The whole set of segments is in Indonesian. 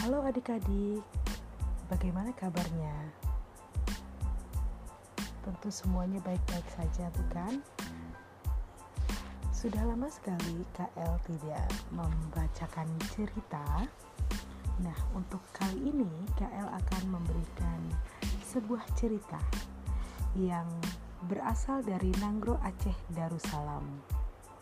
Halo adik-adik, bagaimana kabarnya? Tentu semuanya baik-baik saja, bukan? Sudah lama sekali KL tidak membacakan cerita. Nah, untuk kali ini KL akan memberikan sebuah cerita yang berasal dari Nanggro Aceh Darussalam.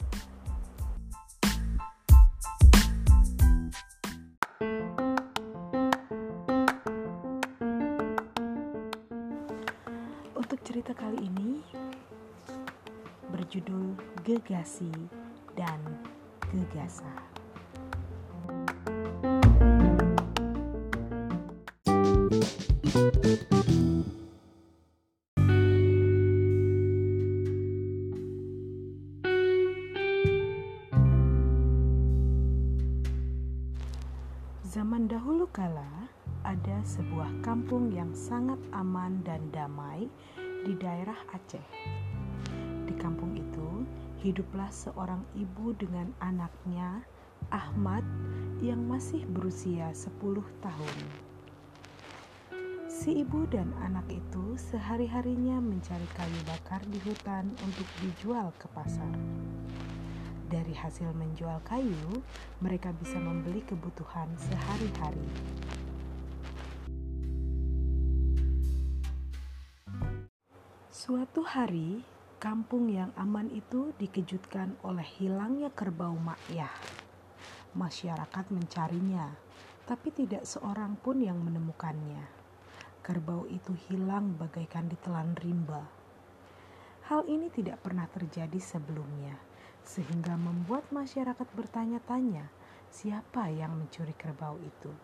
Untuk cerita kali ini berjudul Gegasi dan Gegasa. Zaman dahulu kala, ada sebuah kampung yang sangat aman dan damai di daerah Aceh. Di kampung itu, hiduplah seorang ibu dengan anaknya, Ahmad, yang masih berusia 10 tahun. Si ibu dan anak itu sehari-harinya mencari kayu bakar di hutan untuk dijual ke pasar. Dari hasil menjual kayu, mereka bisa membeli kebutuhan sehari-hari. Suatu hari, kampung yang aman itu dikejutkan oleh hilangnya kerbau Makyah. Masyarakat mencarinya, tapi tidak seorang pun yang menemukannya. Kerbau itu hilang bagaikan ditelan rimba. Hal ini tidak pernah terjadi sebelumnya, sehingga membuat masyarakat bertanya-tanya, siapa yang mencuri kerbau itu?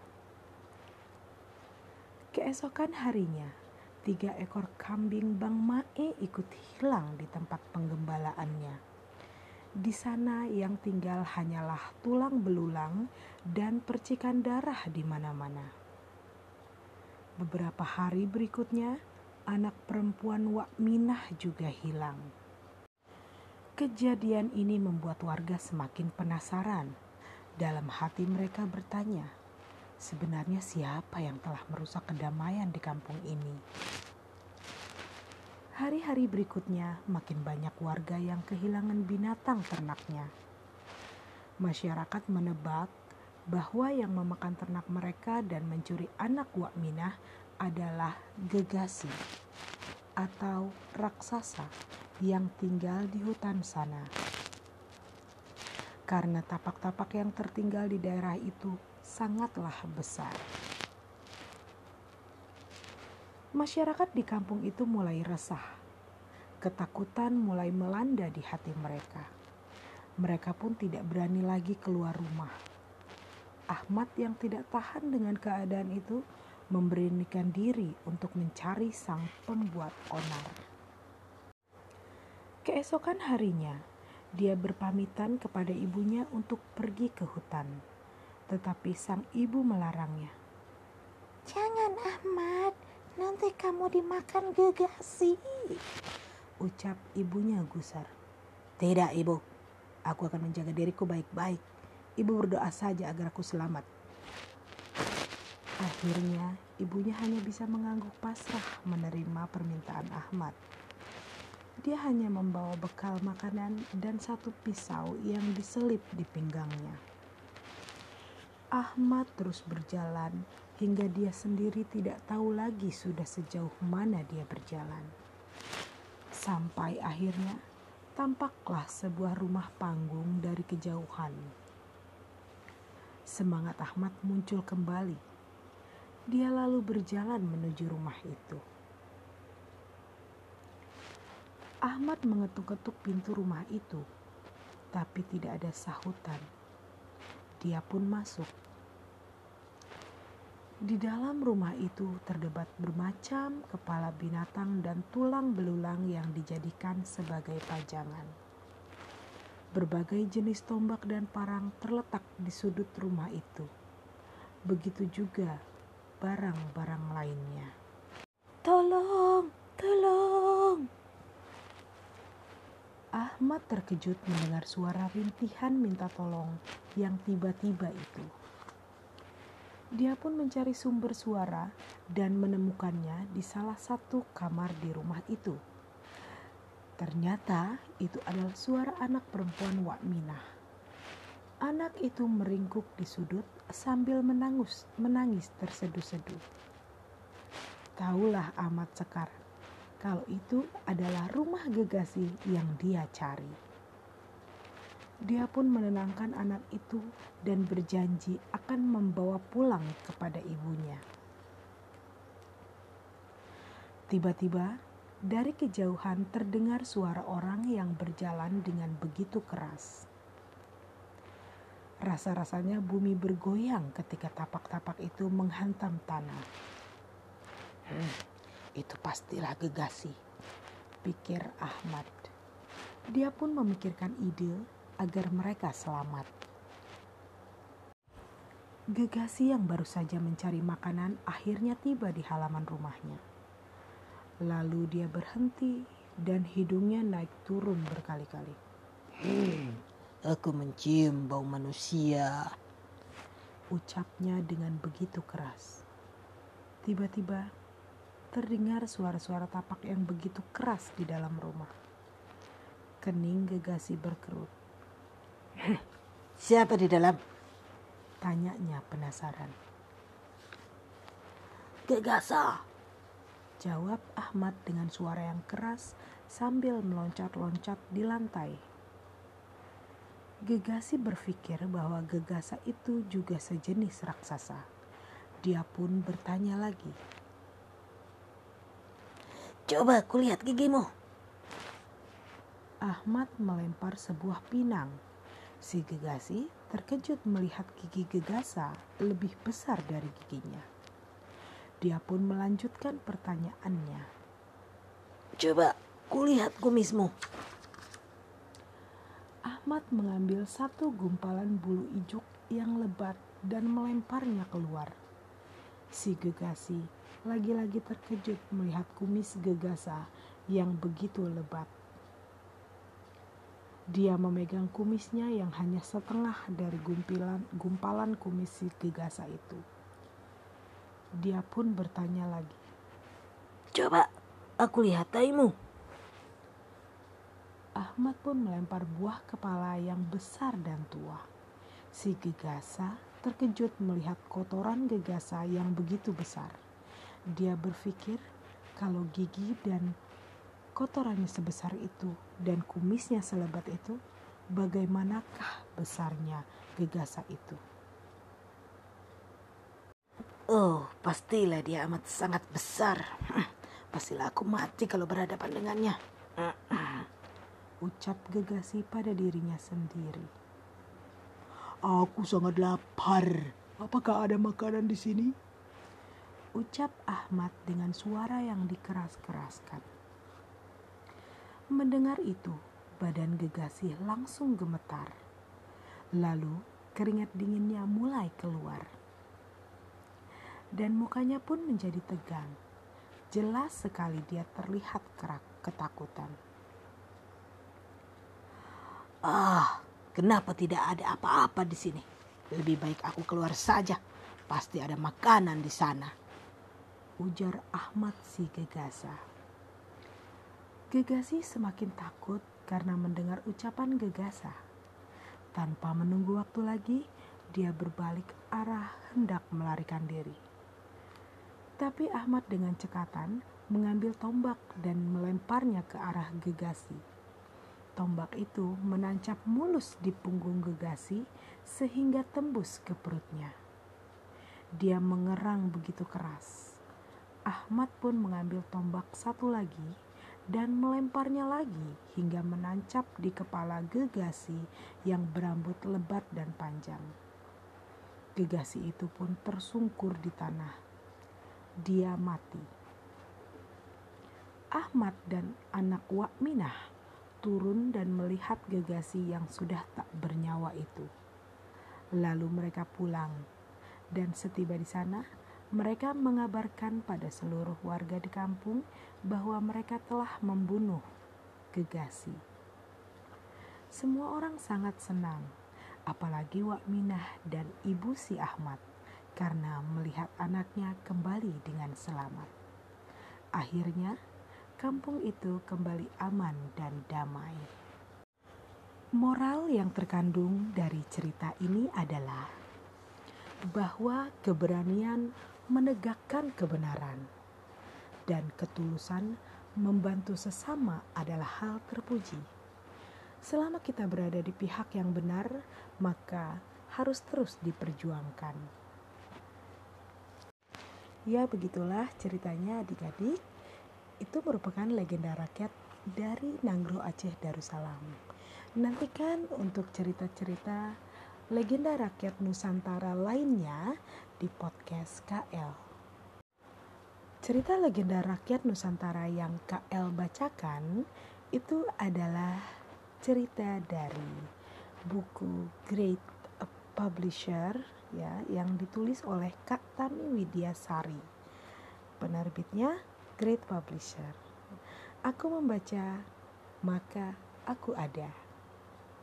Keesokan harinya, 3 ekor kambing Bang Mae ikut hilang di tempat penggembalaannya. Di sana yang tinggal hanyalah tulang belulang dan percikan darah di mana-mana. Beberapa hari berikutnya, anak perempuan Wak Minah juga hilang. Kejadian ini membuat warga semakin penasaran. Dalam hati mereka bertanya, sebenarnya siapa yang telah merusak kedamaian di kampung ini? Hari-hari berikutnya makin banyak warga yang kehilangan binatang ternaknya. Masyarakat menebak bahwa yang memakan ternak mereka dan mencuri anak Wak Minah adalah Gegasi atau raksasa yang tinggal di hutan sana. Karena tapak-tapak yang tertinggal di daerah itu sangatlah besar. Masyarakat di kampung itu mulai resah. Ketakutan mulai melanda di hati mereka. Mereka pun tidak berani lagi keluar rumah. Ahmad yang tidak tahan dengan keadaan itu memberanikan diri untuk mencari sang pembuat onar. Keesokan harinya, dia berpamitan kepada ibunya untuk pergi ke hutan. Tetapi sang ibu melarangnya. "Jangan Ahmad, nanti kamu dimakan Gegasi," ucap ibunya gusar. "Tidak ibu, aku akan menjaga diriku baik-baik. Ibu berdoa saja agar aku selamat." Akhirnya, ibunya hanya bisa mengangguk pasrah menerima permintaan Ahmad. Dia hanya membawa bekal makanan dan 1 pisau yang diselip di pinggangnya. Ahmad terus berjalan hingga dia sendiri tidak tahu lagi sudah sejauh mana dia berjalan. Sampai akhirnya tampaklah sebuah rumah panggung dari kejauhan. Semangat Ahmad muncul kembali. Dia lalu berjalan menuju rumah itu. Ahmad mengetuk-ketuk pintu rumah itu, tapi tidak ada sahutan. Dia pun masuk. Di dalam rumah itu terdapat bermacam kepala binatang dan tulang belulang yang dijadikan sebagai pajangan. Berbagai jenis tombak dan parang terletak di sudut rumah itu. Begitu juga barang-barang lainnya. "Tolong, tolong!" Ahmad terkejut mendengar suara rintihan minta tolong yang tiba-tiba itu. Dia pun mencari sumber suara dan menemukannya di salah satu kamar di rumah itu. Ternyata itu adalah suara anak perempuan Wak-Minah. Anak itu meringkuk di sudut sambil menangis terseduh-seduh. Tahulah Ahmad sekarang kalau itu adalah rumah Gegasi yang dia cari. Dia pun menenangkan anak itu dan berjanji akan membawa pulang kepada ibunya. Tiba-tiba, dari kejauhan terdengar suara orang yang berjalan dengan begitu keras. Rasa-rasanya bumi bergoyang ketika tapak-tapak itu menghantam tanah. Itu pastilah Gegasi, pikir Ahmad. Dia pun memikirkan ide agar mereka selamat. Gegasi yang baru saja mencari makanan akhirnya tiba di halaman rumahnya. Lalu dia berhenti dan hidungnya naik turun berkali-kali. Aku mencium bau manusia, Ucapnya dengan begitu keras. Tiba-tiba terdengar suara-suara tapak yang begitu keras di dalam rumah. Kening Gegasi berkerut. Siapa di dalam? Tanyanya penasaran. Gegasa, Jawab Ahmad dengan suara yang keras sambil meloncat-loncat di lantai. Gegasi berpikir bahwa Gegasa itu juga sejenis raksasa. Dia pun bertanya lagi. coba kulihat gigimu. Ahmad melempar sebuah pinang. Si Gegasi terkejut melihat gigi Gegasa lebih besar dari giginya. Dia pun melanjutkan pertanyaannya. Coba kulihat kumismu. Ahmad mengambil satu gumpalan bulu ijuk yang lebat dan melemparnya keluar. Si Gegasi lagi-lagi terkejut melihat kumis Gegasa yang begitu lebat. Dia memegang kumisnya yang hanya setengah dari gumpalan kumis si Gegasa itu. Dia pun bertanya lagi. Coba aku lihat taimu. Ahmad pun melempar buah kepala yang besar dan tua. Si Gegasa terkejut melihat kotoran Gegasa yang begitu besar. Dia berpikir kalau gigi dan kotorannya sebesar itu dan kumisnya selebat itu, bagaimanakah besarnya Gegasa itu? Oh, pastilah dia amat sangat besar. Pastilah aku mati kalau berhadapan dengannya. Ucap Gegasi pada dirinya sendiri. Aku sangat lapar. Apakah ada makanan di sini? Ucap Ahmad dengan suara yang dikeras-keraskan. Mendengar itu, badan Gegasi langsung gemetar. Lalu keringat dinginnya mulai keluar. Dan mukanya pun menjadi tegang. Jelas sekali dia terlihat ketakutan. Kenapa tidak ada apa-apa di sini? Lebih baik aku keluar saja. Pasti ada makanan di sana. Ujar Ahmad si Gegasa. Gegasi semakin takut karena mendengar ucapan Gegasa. Tanpa menunggu waktu lagi, dia berbalik arah hendak melarikan diri. Tapi Ahmad dengan cekatan mengambil tombak dan melemparnya ke arah Gegasi. Tombak itu menancap mulus di punggung Gegasi sehingga tembus ke perutnya. Dia mengerang begitu keras. Ahmad pun mengambil tombak satu lagi dan melemparnya lagi hingga menancap di kepala Gegasi yang berambut lebat dan panjang. Gegasi itu pun tersungkur di tanah. Dia mati. Ahmad dan anak Wak-Minah turun dan melihat Gegasi yang sudah tak bernyawa itu. Lalu mereka pulang, dan setiba di sana, mereka mengabarkan pada seluruh warga di kampung bahwa mereka telah membunuh Gegasi. Semua orang sangat senang, apalagi Wak-Minah dan ibu si Ahmad, karena melihat anaknya kembali dengan selamat. Akhirnya, kampung itu kembali aman dan damai. Moral yang terkandung dari cerita ini adalah bahwa keberanian menegakkan kebenaran dan ketulusan membantu sesama adalah hal terpuji. Selama kita berada di pihak yang benar, maka harus terus diperjuangkan. Ya, begitulah ceritanya adik-adik. Itu merupakan legenda rakyat dari Nanggro Aceh Darussalam. Nantikan untuk cerita-cerita legenda rakyat Nusantara lainnya di podcast KL. Cerita legenda rakyat Nusantara yang KL bacakan itu adalah cerita dari buku Great Publisher ya, yang ditulis oleh Kak Tami Widyasari. Penerbitnya Great Publisher. Aku membaca, maka aku ada.